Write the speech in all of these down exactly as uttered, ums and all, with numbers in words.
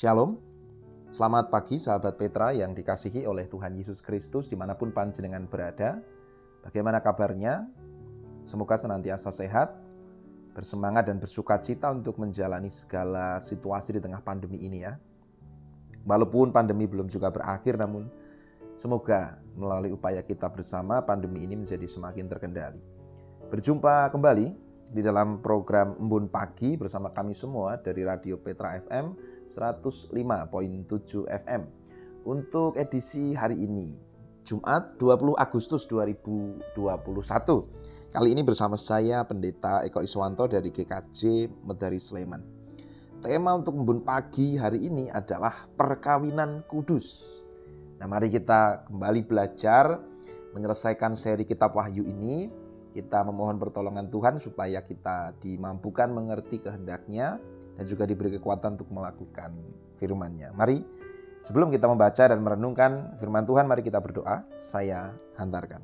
Shalom, selamat pagi sahabat Petra yang dikasihi oleh Tuhan Yesus Kristus dimanapun panjenengan berada. Bagaimana kabarnya? Semoga senantiasa sehat, bersemangat dan bersuka cita untuk menjalani segala situasi di tengah pandemi ini ya. Walaupun pandemi belum juga berakhir, namun semoga melalui upaya kita bersama pandemi ini menjadi semakin terkendali. Berjumpa kembali di dalam program Embun Pagi bersama kami semua dari Radio Petra F M seratus lima koma tujuh F M untuk edisi hari ini, Jumat dua puluh Agustus dua ribu dua puluh satu. Kali ini bersama saya Pendeta Eko Iswanto dari G K J Medari Sleman. Tema untuk Embun Pagi hari ini adalah perkawinan kudus. Nah, mari kita kembali belajar menyelesaikan seri kitab Wahyu ini. Kita memohon pertolongan Tuhan supaya kita dimampukan mengerti kehendak-Nya dan juga diberi kekuatan untuk melakukan firman-Nya. Mari sebelum kita membaca dan merenungkan firman Tuhan, mari kita berdoa. Saya hantarkan.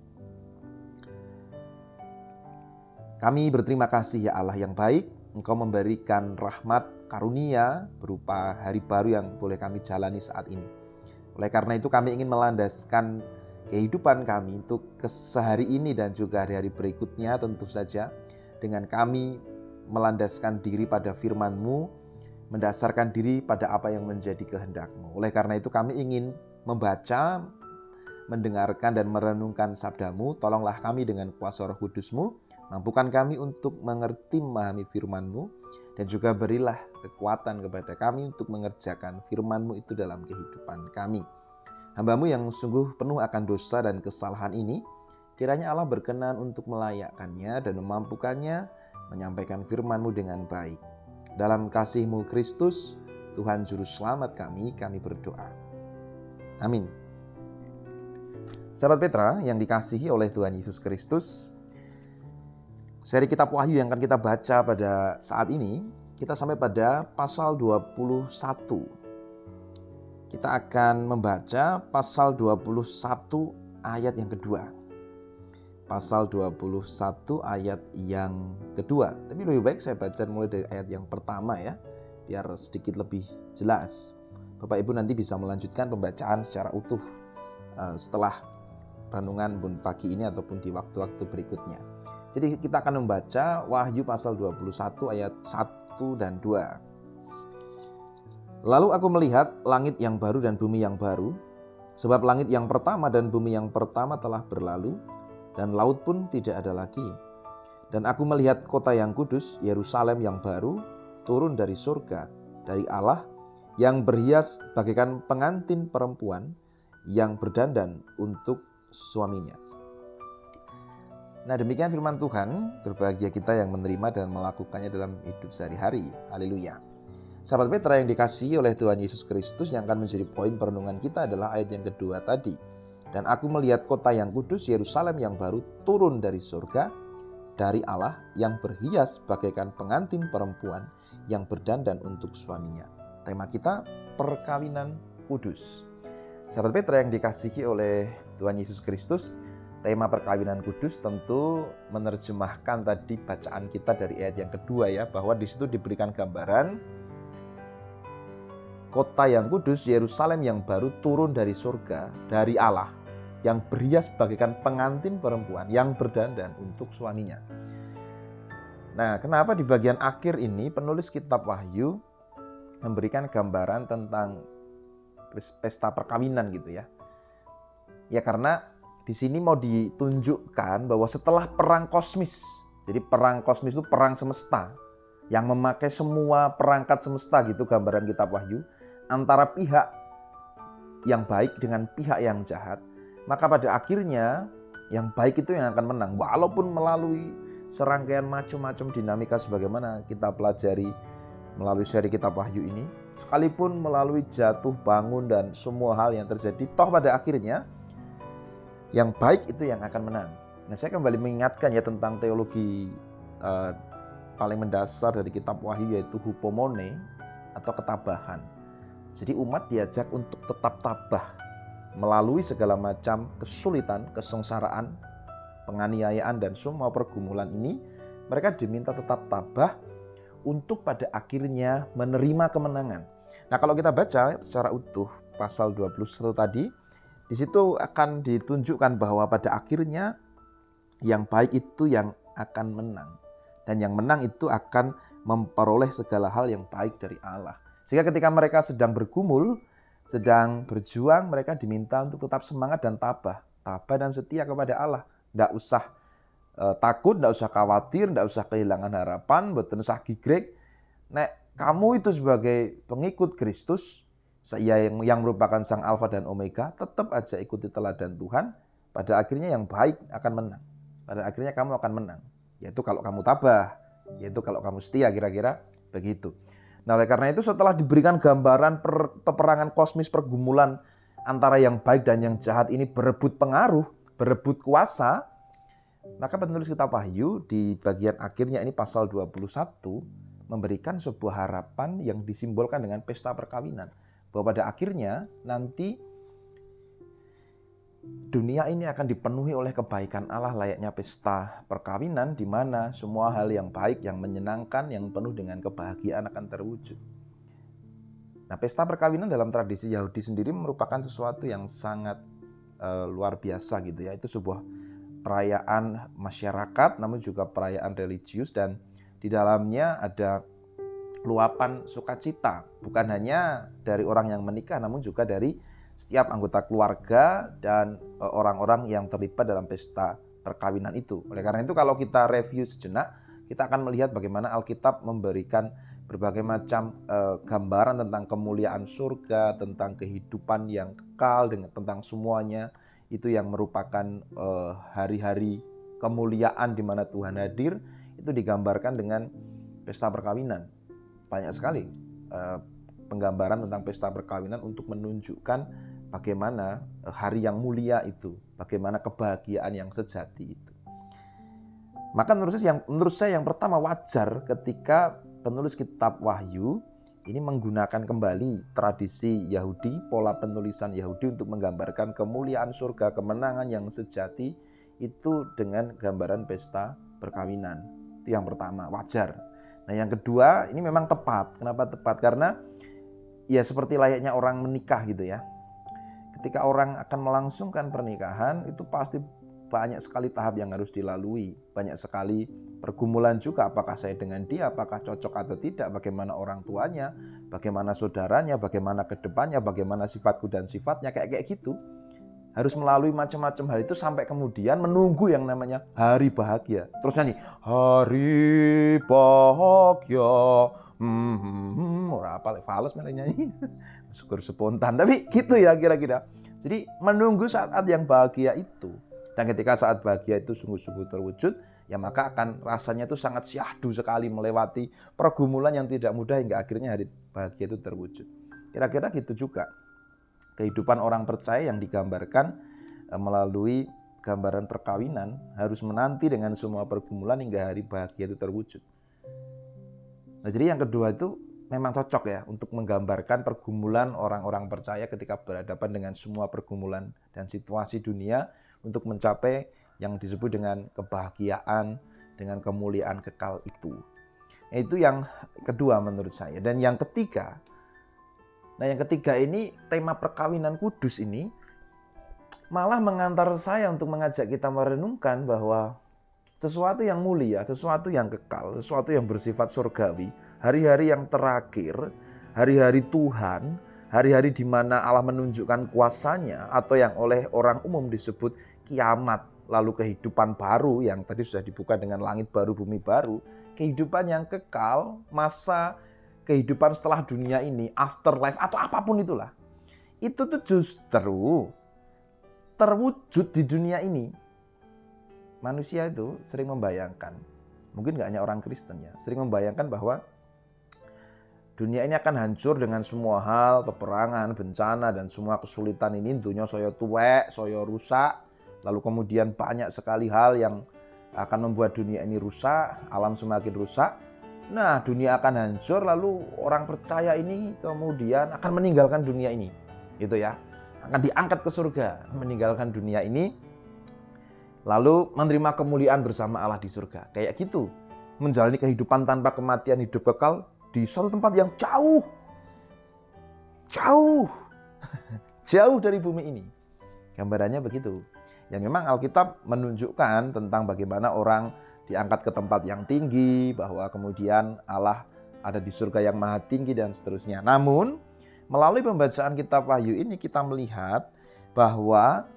Kami berterima kasih ya Allah yang baik, Engkau memberikan rahmat karunia berupa hari baru yang boleh kami jalani saat ini. Oleh karena itu kami ingin melandaskan kehidupan kami untuk sehari ini dan juga hari-hari berikutnya tentu saja dengan kami melandaskan diri pada firman-Mu, mendasarkan diri pada apa yang menjadi kehendak-Mu. Oleh karena itu kami ingin membaca, mendengarkan dan merenungkan sabda-Mu. Tolonglah kami dengan kuasa Roh Kudus-Mu, mampukan kami untuk mengerti memahami firman-Mu dan juga berilah kekuatan kepada kami untuk mengerjakan firman-Mu itu dalam kehidupan kami. Hamba-Mu yang sungguh penuh akan dosa dan kesalahan ini, kiranya Allah berkenan untuk melayakkannya dan memampukannya menyampaikan firman-Mu dengan baik. Dalam kasih-Mu Kristus, Tuhan Juru Selamat kami, kami berdoa. Amin. Sahabat Petra yang dikasihi oleh Tuhan Yesus Kristus, seri kitab Wahyu yang akan kita baca pada saat ini, kita sampai pada pasal dua puluh satu. Kita akan membaca pasal dua puluh satu ayat yang kedua. Pasal dua puluh satu ayat yang kedua. Tapi lebih baik saya baca mulai dari ayat yang pertama ya, biar sedikit lebih jelas. Bapak Ibu nanti bisa melanjutkan pembacaan secara utuh uh, setelah renungan Embun Pagi ini ataupun di waktu-waktu berikutnya. Jadi kita akan membaca Wahyu pasal dua puluh satu ayat satu dan dua. Lalu aku melihat langit yang baru dan bumi yang baru, sebab langit yang pertama dan bumi yang pertama telah berlalu, dan laut pun tidak ada lagi. Dan aku melihat kota yang kudus, Yerusalem yang baru, turun dari surga, dari Allah, yang berhias bagaikan pengantin perempuan yang berdandan untuk suaminya. Nah, demikian firman Tuhan, berbahagia kita yang menerima dan melakukannya dalam hidup sehari-hari. Haleluya. Sahabat Petra yang dikasihi oleh Tuhan Yesus Kristus, yang akan menjadi poin perenungan kita adalah ayat yang kedua tadi. Dan aku melihat kota yang kudus, Yerusalem yang baru, turun dari surga, dari Allah, yang berhias bagaikan pengantin perempuan yang berdandan untuk suaminya. Tema kita, perkawinan kudus. Sahabat Petra yang dikasihi oleh Tuhan Yesus Kristus, tema perkawinan kudus tentu menerjemahkan tadi bacaan kita dari ayat yang kedua ya, bahwa di situ diberikan gambaran kota yang kudus, Yerusalem yang baru, turun dari surga, dari Allah, yang berhias bagaikan pengantin perempuan yang berdandan untuk suaminya. Nah, kenapa di bagian akhir ini penulis kitab Wahyu memberikan gambaran tentang pesta perkawinan gitu ya? Ya karena di sini mau ditunjukkan bahwa setelah perang kosmis, jadi perang kosmis itu perang semesta, yang memakai semua perangkat semesta gitu gambaran kitab Wahyu, antara pihak yang baik dengan pihak yang jahat, maka pada akhirnya yang baik itu yang akan menang. Walaupun melalui serangkaian macam-macam dinamika sebagaimana kita pelajari melalui seri kitab Wahyu ini, sekalipun melalui jatuh bangun dan semua hal yang terjadi, toh pada akhirnya yang baik itu yang akan menang. Nah, saya kembali mengingatkan ya tentang teologi uh, paling mendasar dari kitab Wahyu, yaitu hupomone atau ketabahan. Jadi umat diajak untuk tetap tabah melalui segala macam kesulitan, kesengsaraan, penganiayaan dan semua pergumulan ini. Mereka diminta tetap tabah untuk pada akhirnya menerima kemenangan. Nah, kalau kita baca secara utuh pasal dua puluh satu tadi, di situ akan ditunjukkan bahwa pada akhirnya yang baik itu yang akan menang. Dan yang menang itu akan memperoleh segala hal yang baik dari Allah. Sehingga ketika mereka sedang bergumul, sedang berjuang, mereka diminta untuk tetap semangat dan tabah. Tabah dan setia kepada Allah. Tidak usah uh, takut, tidak usah khawatir, tidak usah kehilangan harapan, betul usah gigrek. Nek kamu itu sebagai pengikut Kristus, saya yang, yang merupakan sang Alfa dan Omega, tetap aja ikuti teladan Tuhan. Pada akhirnya yang baik akan menang. Pada akhirnya kamu akan menang. Yaitu kalau kamu tabah, yaitu kalau kamu setia, kira-kira begitu. Nah, oleh karena itu setelah diberikan gambaran per, peperangan kosmis, pergumulan antara yang baik dan yang jahat ini berebut pengaruh, berebut kuasa, maka penulis kitab Wahyu di bagian akhirnya ini pasal dua puluh satu memberikan sebuah harapan yang disimbolkan dengan pesta perkawinan. Bahwa pada akhirnya nanti dunia ini akan dipenuhi oleh kebaikan Allah layaknya pesta perkawinan di mana semua hal yang baik, yang menyenangkan, yang penuh dengan kebahagiaan akan terwujud. Nah, pesta perkawinan dalam tradisi Yahudi sendiri merupakan sesuatu yang sangat uh, luar biasa gitu ya. Itu sebuah perayaan masyarakat namun juga perayaan religius dan di dalamnya ada luapan sukacita. Bukan hanya dari orang yang menikah namun juga dari setiap anggota keluarga dan orang-orang yang terlibat dalam pesta perkawinan itu. Oleh karena itu kalau kita review sejenak, kita akan melihat bagaimana Alkitab memberikan berbagai macam uh, gambaran tentang kemuliaan surga, tentang kehidupan yang kekal, dengan tentang semuanya itu yang merupakan uh, hari-hari kemuliaan di mana Tuhan hadir, itu digambarkan dengan pesta perkawinan. Banyak sekali uh, penggambaran tentang pesta perkawinan untuk menunjukkan bagaimana hari yang mulia itu, bagaimana kebahagiaan yang sejati itu. Maka menurut saya yang, menurut saya yang pertama wajar ketika penulis kitab Wahyu ini menggunakan kembali tradisi Yahudi, pola penulisan Yahudi untuk menggambarkan kemuliaan surga, kemenangan yang sejati itu dengan gambaran pesta perkawinan. Itu yang pertama, wajar. Nah, yang kedua ini memang tepat. Kenapa tepat? Karena ya seperti layaknya orang menikah gitu ya. Ketika orang akan melangsungkan pernikahan itu pasti banyak sekali tahap yang harus dilalui. Banyak sekali pergumulan juga, apakah saya dengan dia, apakah cocok atau tidak, bagaimana orang tuanya, bagaimana saudaranya, bagaimana kedepannya, bagaimana sifatku dan sifatnya, kayak-kayak gitu. Harus melalui macam-macam hal itu sampai kemudian menunggu yang namanya hari bahagia. Terus nyanyi, hari bahagia. Hmm, hmm, hmm. Orang apa, fales malah nyanyi. Syukur spontan, tapi gitu ya kira-kira. Jadi menunggu saat yang bahagia itu. Dan ketika saat bahagia itu sungguh-sungguh terwujud, ya maka akan rasanya itu sangat syahdu sekali melewati pergumulan yang tidak mudah hingga akhirnya hari bahagia itu terwujud. Kira-kira gitu juga kehidupan orang percaya yang digambarkan melalui gambaran perkawinan harus menanti dengan semua pergumulan hingga hari bahagia itu terwujud. Nah, jadi yang kedua itu memang cocok ya untuk menggambarkan pergumulan orang-orang percaya ketika berhadapan dengan semua pergumulan dan situasi dunia untuk mencapai yang disebut dengan kebahagiaan, dengan kemuliaan kekal itu. Nah, itu yang kedua menurut saya. Dan yang ketiga, Nah yang ketiga ini tema perkawinan kudus ini malah mengantar saya untuk mengajak kita merenungkan bahwa sesuatu yang mulia, sesuatu yang kekal, sesuatu yang bersifat surgawi, hari-hari yang terakhir, hari-hari Tuhan, hari-hari di mana Allah menunjukkan kuasanya atau yang oleh orang umum disebut kiamat, lalu kehidupan baru yang tadi sudah dibuka dengan langit baru, bumi baru, kehidupan yang kekal, masa kehidupan setelah dunia ini, afterlife atau apapun itulah. Itu tuh justru terwujud di dunia ini. Manusia itu sering membayangkan, mungkin gak hanya orang Kristen ya, sering membayangkan bahwa dunia ini akan hancur dengan semua hal, peperangan, bencana, dan semua kesulitan ini. Dunia saya tuwek, saya rusak, lalu kemudian banyak sekali hal yang akan membuat dunia ini rusak, alam semakin rusak. Nah, dunia akan hancur, lalu orang percaya ini kemudian akan meninggalkan dunia ini, gitu ya, akan diangkat ke surga, meninggalkan dunia ini, lalu menerima kemuliaan bersama Allah di surga, kayak gitu, menjalani kehidupan tanpa kematian, hidup kekal di suatu tempat yang jauh, jauh, jauh dari bumi ini. Gambarannya begitu. Ya memang Alkitab menunjukkan tentang bagaimana orang diangkat ke tempat yang tinggi, bahwa kemudian Allah ada di surga yang maha tinggi dan seterusnya. Namun melalui pembacaan kitab Wahyu ini kita melihat bahwa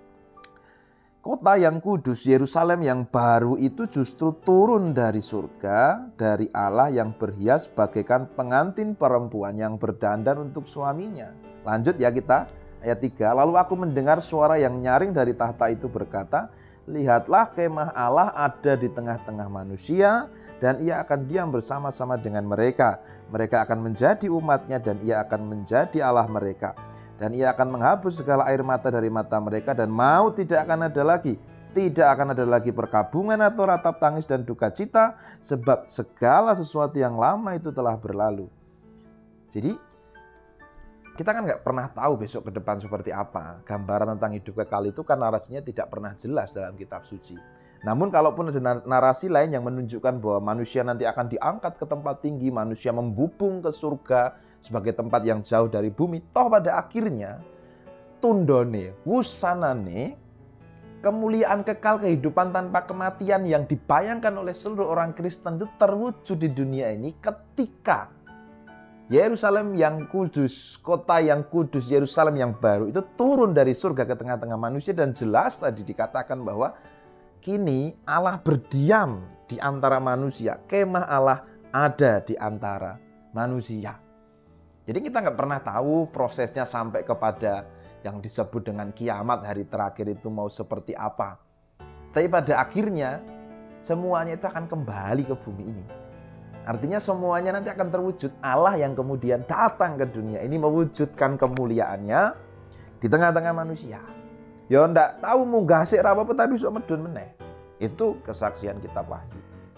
kota yang kudus, Yerusalem yang baru itu justru turun dari surga, dari Allah yang berhias bagaikan pengantin perempuan yang berdandan untuk suaminya. Lanjut ya kita, ayat tiga. Lalu aku mendengar suara yang nyaring dari tahta itu berkata, lihatlah kemah Allah ada di tengah-tengah manusia dan ia akan diam bersama-sama dengan mereka. Mereka akan menjadi umatnya dan ia akan menjadi Allah mereka. Dan ia akan menghapus segala air mata dari mata mereka dan maut tidak akan ada lagi. Tidak akan ada lagi perkabungan atau ratap tangis dan duka cita, sebab segala sesuatu yang lama itu telah berlalu. Jadi kita kan nggak pernah tahu besok ke depan seperti apa. Gambaran tentang hidup kekal itu kan narasinya tidak pernah jelas dalam kitab suci. Namun kalaupun ada narasi lain yang menunjukkan bahwa manusia nanti akan diangkat ke tempat tinggi, manusia membubung ke surga sebagai tempat yang jauh dari bumi, toh pada akhirnya tundone, wusanane, kemuliaan kekal kehidupan tanpa kematian yang dibayangkan oleh seluruh orang Kristen itu terwujud di dunia ini ketika Yerusalem yang kudus, kota yang kudus, Yerusalem yang baru itu turun dari surga ke tengah-tengah manusia. Dan jelas tadi dikatakan bahwa kini Allah berdiam di antara manusia. Kemah Allah ada di antara manusia. Jadi kita nggak pernah tahu prosesnya sampai kepada yang disebut dengan kiamat hari terakhir itu mau seperti apa. Tapi pada akhirnya semuanya itu akan kembali ke bumi ini. Artinya semuanya nanti akan terwujud. Allah yang kemudian datang ke dunia ini mewujudkan kemuliaannya di tengah-tengah manusia. Ya ndak tahu munggah sik ra apa tapi sok medun meneh. Itu kesaksian kitab Wahyu.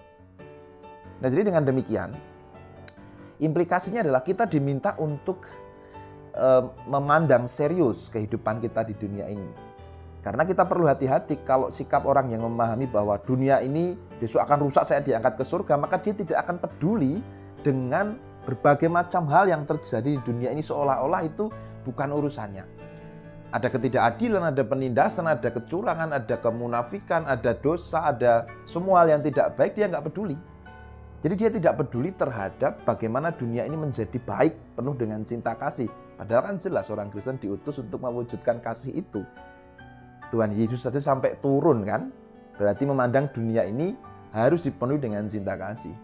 Nah, jadi dengan demikian implikasinya adalah kita diminta untuk e, memandang serius kehidupan kita di dunia ini. Karena kita perlu hati-hati kalau sikap orang yang memahami bahwa dunia ini besok akan rusak saya diangkat ke surga, maka dia tidak akan peduli dengan berbagai macam hal yang terjadi di dunia ini seolah-olah itu bukan urusannya. Ada ketidakadilan, ada penindasan, ada kecurangan, ada kemunafikan, ada dosa, ada semua hal yang tidak baik, dia nggak peduli. Jadi dia tidak peduli terhadap bagaimana dunia ini menjadi baik, penuh dengan cinta kasih. Padahal kan jelas orang Kristen diutus untuk mewujudkan kasih itu. Tuhan Yesus saja sampai turun kan, berarti memandang dunia ini harus dipenuhi dengan cinta kasih.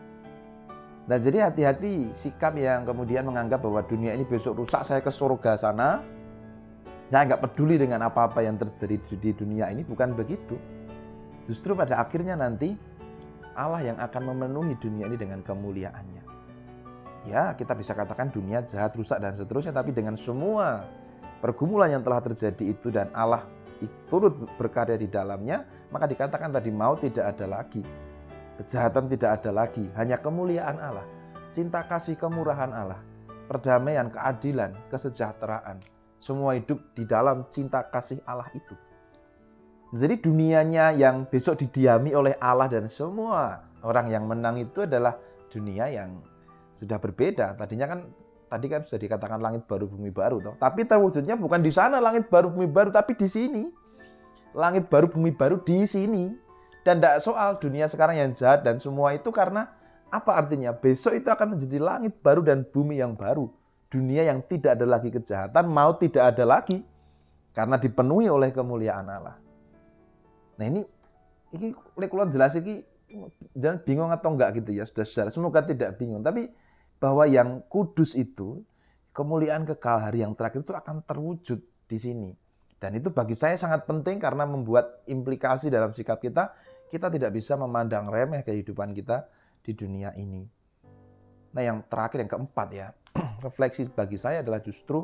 Nah jadi hati-hati sikap yang kemudian menganggap bahwa dunia ini besok rusak saya ke surga sana, saya nggak peduli dengan apa-apa yang terjadi di dunia ini, bukan begitu. Justru pada akhirnya nanti Allah yang akan memenuhi dunia ini dengan kemuliaannya. Ya kita bisa katakan dunia jahat, rusak dan seterusnya, tapi dengan semua pergumulan yang telah terjadi itu dan Allah turut berkarya di dalamnya, maka dikatakan tadi maut tidak ada lagi, kejahatan tidak ada lagi, hanya kemuliaan Allah, cinta kasih kemurahan Allah, perdamaian, keadilan, kesejahteraan, semua hidup di dalam cinta kasih Allah itu. Jadi dunianya yang besok didiami oleh Allah dan semua orang yang menang itu adalah dunia yang sudah berbeda. Tadinya kan tadi kan sudah dikatakan langit baru bumi baru toh. Tapi terwujudnya bukan di sana langit baru bumi baru, tapi di sini. Langit baru bumi baru di sini. Dan tidak soal dunia sekarang yang jahat dan semua itu karena apa artinya? Besok itu akan menjadi langit baru dan bumi yang baru. Dunia yang tidak ada lagi kejahatan, maut tidak ada lagi karena dipenuhi oleh kemuliaan Allah. Nah ini, ini kalau jelas ini jangan bingung atau enggak gitu ya, saudara. Semoga tidak bingung. Tapi bahwa yang kudus itu, kemuliaan kekal hari yang terakhir itu akan terwujud di sini. Dan itu bagi saya sangat penting karena membuat implikasi dalam sikap kita. Kita tidak bisa memandang remeh kehidupan kita di dunia ini. Nah yang terakhir, yang keempat ya, refleksi bagi saya adalah justru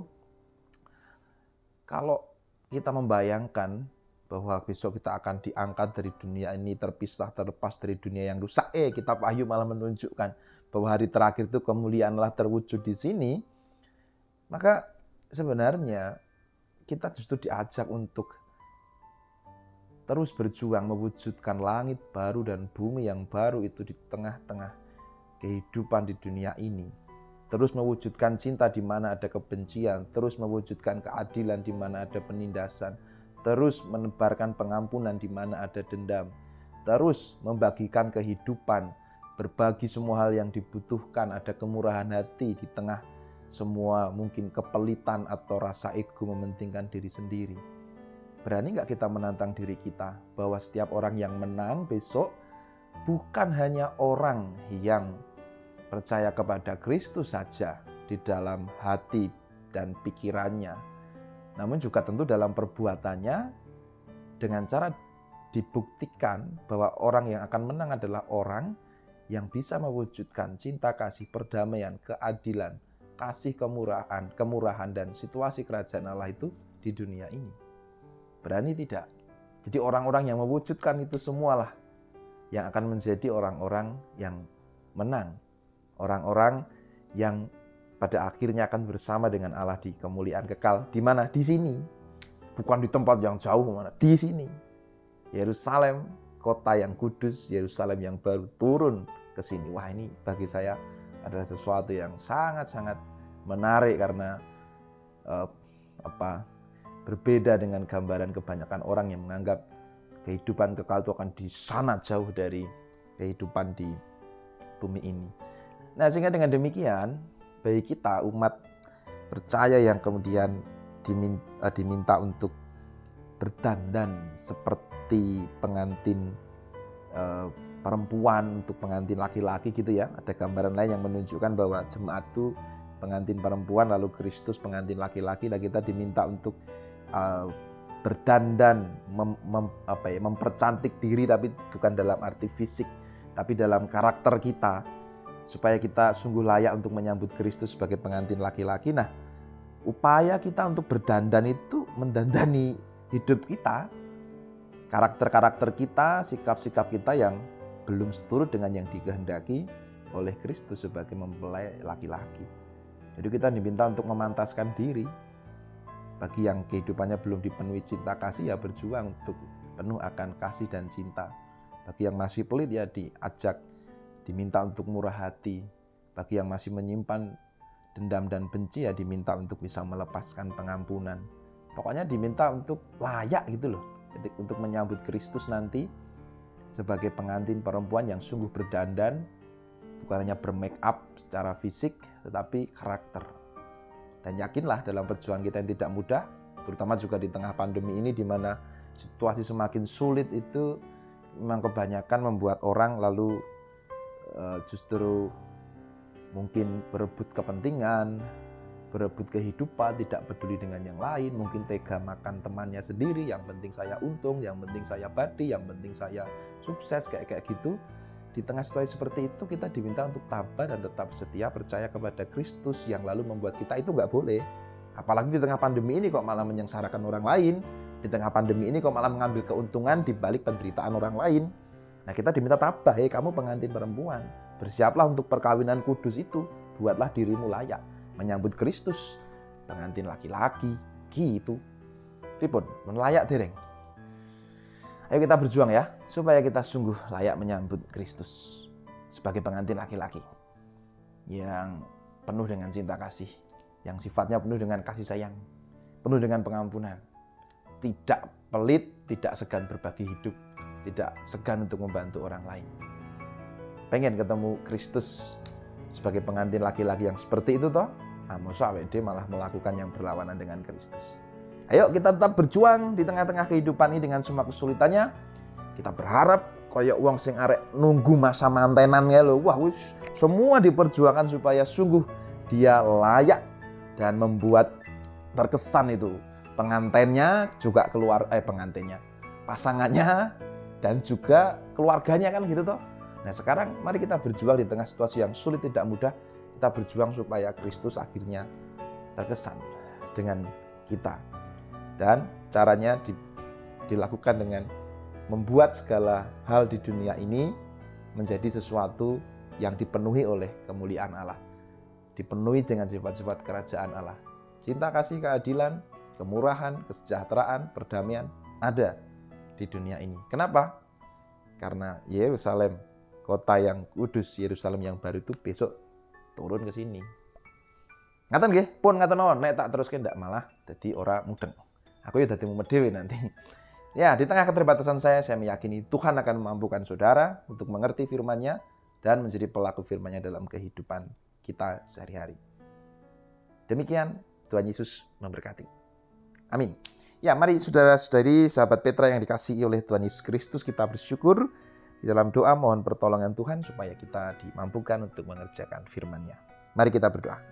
kalau kita membayangkan bahwa besok kita akan diangkat dari dunia ini, terpisah, terlepas dari dunia yang rusak. Eh, kitab Wahyu malah menunjukkan bahwa hari terakhir itu kemuliaan Allah terwujud di sini. Maka sebenarnya kita justru diajak untuk terus berjuang mewujudkan langit baru dan bumi yang baru itu di tengah-tengah kehidupan di dunia ini. terus mewujudkan cinta di mana ada kebencian, terus mewujudkan keadilan di mana ada penindasan, terus menebarkan pengampunan di mana ada dendam, terus membagikan kehidupan, berbagi semua hal yang dibutuhkan, ada kemurahan hati di tengah semua mungkin kepelitan atau rasa ego mementingkan diri sendiri. Berani nggak kita menantang diri kita bahwa setiap orang yang menang besok bukan hanya orang yang percaya kepada Kristus saja di dalam hati dan pikirannya, namun juga tentu dalam perbuatannya, dengan cara dibuktikan bahwa orang yang akan menang adalah orang yang bisa mewujudkan cinta kasih, perdamaian, keadilan, kasih kemurahan, kemurahan dan situasi kerajaan Allah itu di dunia ini. Berani tidak? Jadi orang-orang yang mewujudkan itu semualah yang akan menjadi orang-orang yang menang. Orang-orang yang pada akhirnya akan bersama dengan Allah di kemuliaan kekal. Di mana? Di sini. Bukan di tempat yang jauh mana. Di sini. Yerusalem, kota yang kudus, Yerusalem yang baru turun ke sini. Wah, ini bagi saya adalah sesuatu yang sangat-sangat menarik karena eh, apa berbeda dengan gambaran kebanyakan orang yang menganggap kehidupan kekal itu akan di sana jauh dari kehidupan di bumi ini. Nah, sehingga dengan demikian bagi kita umat percaya yang kemudian diminta, diminta untuk berdandan seperti pengantin eh, perempuan untuk pengantin laki-laki gitu ya. Ada gambaran lain yang menunjukkan bahwa jemaat itu pengantin perempuan lalu Kristus pengantin laki-laki, dan kita diminta untuk uh, berdandan mem, mem, apa ya, mempercantik diri, tapi bukan dalam arti fisik tapi dalam karakter kita, supaya kita sungguh layak untuk menyambut Kristus sebagai pengantin laki-laki. Nah, upaya kita untuk berdandan itu mendandani hidup kita, karakter-karakter kita, sikap-sikap kita yang belum seturut dengan yang dikehendaki oleh Kristus sebagai mempelai laki-laki. Jadi kita diminta untuk memantaskan diri. Bagi yang kehidupannya belum dipenuhi cinta kasih, ya berjuang untuk penuh akan kasih dan cinta. Bagi yang masih pelit, ya diajak, diminta untuk murah hati. Bagi yang masih menyimpan dendam dan benci, ya diminta untuk bisa melepaskan pengampunan. Pokoknya diminta untuk layak gitu loh, untuk menyambut Kristus nanti sebagai pengantin perempuan yang sungguh berdandan, bukan hanya bermake up secara fisik, tetapi karakter. Dan yakinlah dalam perjuangan kita yang tidak mudah, terutama juga di tengah pandemi ini di mana situasi semakin sulit, itu memang kebanyakan membuat orang lalu uh, justru mungkin berebut kepentingan, berebut kehidupan, tidak peduli dengan yang lain, mungkin tega makan temannya sendiri, yang penting saya untung, yang penting saya badi, yang penting saya sukses, kayak-kayak gitu. Di tengah situasi seperti itu kita diminta untuk tabah dan tetap setia percaya kepada Kristus yang lalu membuat kita itu nggak boleh. Apalagi di tengah pandemi ini kok malah menyengsarakan orang lain, di tengah pandemi ini kok malah mengambil keuntungan di balik penderitaan orang lain. Nah, kita diminta tabah, hei kamu pengantin perempuan, bersiaplah untuk perkawinan kudus itu, buatlah dirimu layak menyambut Kristus, pengantin laki-laki, gitu. Pripun, men layak dereng. Ayo kita berjuang ya, supaya kita sungguh layak menyambut Kristus sebagai pengantin laki-laki yang penuh dengan cinta kasih, yang sifatnya penuh dengan kasih sayang, penuh dengan pengampunan, tidak pelit, tidak segan berbagi hidup, tidak segan untuk membantu orang lain. Pengen ketemu Kristus sebagai pengantin laki-laki yang seperti itu toh? Nah, masa awake dhewe malah melakukan yang berlawanan dengan Kristus. Ayo kita tetap berjuang di tengah-tengah kehidupan ini dengan semua kesulitannya. Kita berharap koyok wong sing arek nunggu masa mantenannya loh. Wah, wis semua diperjuangkan supaya sungguh dia layak dan membuat terkesan itu pengantennya juga keluar eh pengantennya, pasangannya dan juga keluarganya kan gitu toh. Nah, sekarang mari kita berjuang di tengah situasi yang sulit tidak mudah. Kita berjuang supaya Kristus akhirnya terkesan dengan kita. Dan caranya di, dilakukan dengan membuat segala hal di dunia ini menjadi sesuatu yang dipenuhi oleh kemuliaan Allah. Dipenuhi dengan sifat-sifat kerajaan Allah. Cinta, kasih, keadilan, kemurahan, kesejahteraan, perdamaian ada di dunia ini. Kenapa? Karena Yerusalem, kota yang kudus, Yerusalem yang baru itu besok turun ke sini. Ngaten nggih, pun ngaten mawon, nek tak teruske ndak malah dadi ora mudeng. Aku ya dadi mumet dhewe nanti. Ya, di tengah keterbatasan saya, saya meyakini Tuhan akan memampukan saudara untuk mengerti firman-Nya dan menjadi pelaku firman-Nya dalam kehidupan kita sehari-hari. Demikian, Tuhan Yesus memberkati. Amin. Ya, mari saudara-saudari, sahabat Petra yang dikasihi oleh Tuhan Yesus Kristus, kita bersyukur di dalam doa mohon pertolongan Tuhan supaya kita dimampukan untuk mengerjakan firman-Nya. Mari kita berdoa.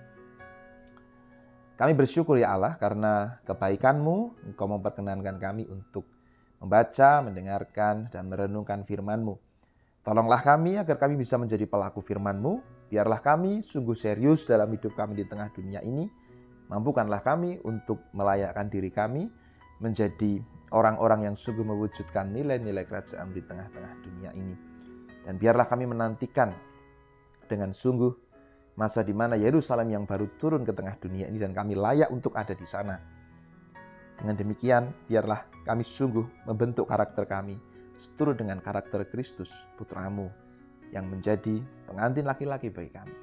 Kami bersyukur ya Allah karena kebaikan-Mu, Engkau memperkenankan kami untuk membaca, mendengarkan, dan merenungkan firman-Mu. Tolonglah kami agar kami bisa menjadi pelaku firman-Mu. Biarlah kami sungguh serius dalam hidup kami di tengah dunia ini. Mampukanlah kami untuk melayakkan diri kami menjadi orang-orang yang sungguh mewujudkan nilai-nilai kerajaan di tengah-tengah dunia ini. Dan biarlah kami menantikan dengan sungguh masa di mana Yerusalem yang baru turun ke tengah dunia ini dan kami layak untuk ada di sana. Dengan demikian, biarlah kami sungguh membentuk karakter kami seturut dengan karakter Kristus, Putra-Mu, yang menjadi pengantin laki-laki bagi kami.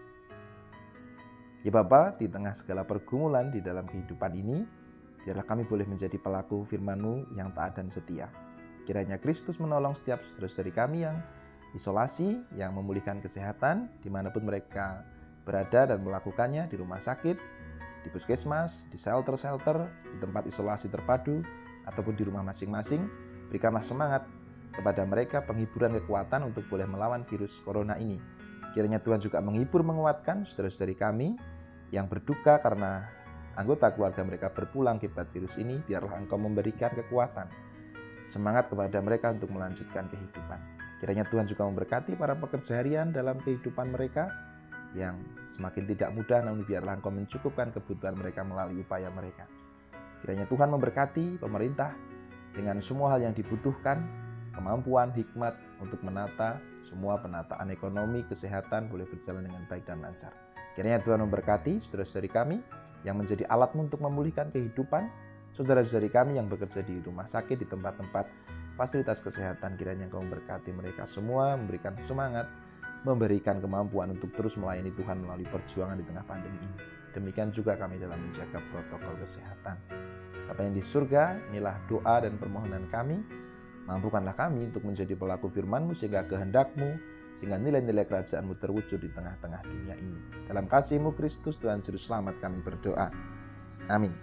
Ya Bapa, di tengah segala pergumulan di dalam kehidupan ini, biarlah kami boleh menjadi pelaku firman-Mu yang taat dan setia. Kiranya Kristus menolong setiap saudara-saudari kami yang isolasi, yang memulihkan kesehatan, dimanapun mereka berada dan melakukannya di rumah sakit, di puskesmas, di shelter-shelter, di tempat isolasi terpadu, ataupun di rumah masing-masing. Berikanlah semangat kepada mereka, penghiburan kekuatan untuk boleh melawan virus corona ini. Kiranya Tuhan juga menghibur, menguatkan saudara-saudari kami yang berduka karena anggota keluarga mereka berpulang akibat virus ini. Biarlah Engkau memberikan kekuatan, semangat kepada mereka untuk melanjutkan kehidupan. Kiranya Tuhan juga memberkati para pekerja harian dalam kehidupan mereka, yang semakin tidak mudah, namun biarlah Engkau mencukupkan kebutuhan mereka melalui upaya mereka. Kiranya Tuhan memberkati pemerintah dengan semua hal yang dibutuhkan, kemampuan, hikmat untuk menata semua penataan ekonomi, kesehatan boleh berjalan dengan baik dan lancar. Kiranya Tuhan memberkati saudara-saudari kami yang menjadi alat-Mu untuk memulihkan kehidupan, saudara-saudari kami yang bekerja di rumah sakit, di tempat-tempat fasilitas kesehatan. Kiranya Engkau memberkati mereka semua, memberikan semangat, memberikan kemampuan untuk terus melayani Tuhan melalui perjuangan di tengah pandemi ini. Demikian juga kami dalam menjaga protokol kesehatan. Bapa yang di surga, inilah doa dan permohonan kami. Mampukanlah kami untuk menjadi pelaku firman-Mu sehingga kehendak-Mu, sehingga nilai-nilai kerajaan-Mu terwujud di tengah-tengah dunia ini. Dalam kasih-Mu Kristus, Tuhan Juru Selamat kami berdoa. Amin.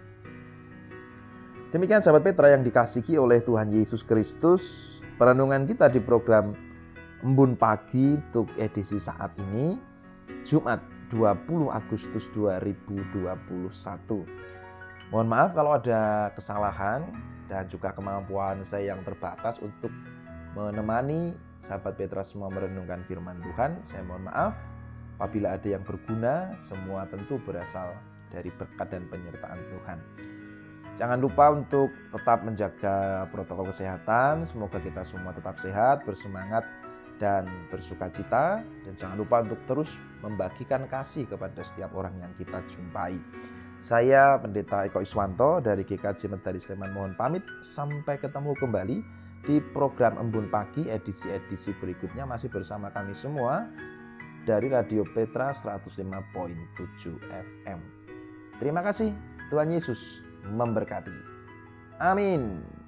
Demikian sahabat Petra yang dikasihi oleh Tuhan Yesus Kristus, perenungan kita di program Embun Pagi untuk edisi saat ini, Jumat dua puluh Agustus dua ribu dua puluh satu. Mohon maaf kalau ada kesalahan dan juga kemampuan saya yang terbatas untuk menemani sahabat Petra semua merenungkan firman Tuhan. Saya mohon maaf. Apabila ada yang berguna, semua tentu berasal dari berkat dan penyertaan Tuhan. Jangan lupa untuk tetap menjaga protokol kesehatan. Semoga kita semua tetap sehat, bersemangat, dan bersukacita. Dan jangan lupa untuk terus membagikan kasih kepada setiap orang yang kita jumpai. Saya Pendeta Eko Iswanto dari G K J Medari Sleman mohon pamit. Sampai ketemu kembali di program Embun Pagi edisi-edisi berikutnya, masih bersama kami semua dari Radio Petra seratus lima koma tujuh F M. Terima kasih. Tuhan Yesus memberkati. Amin.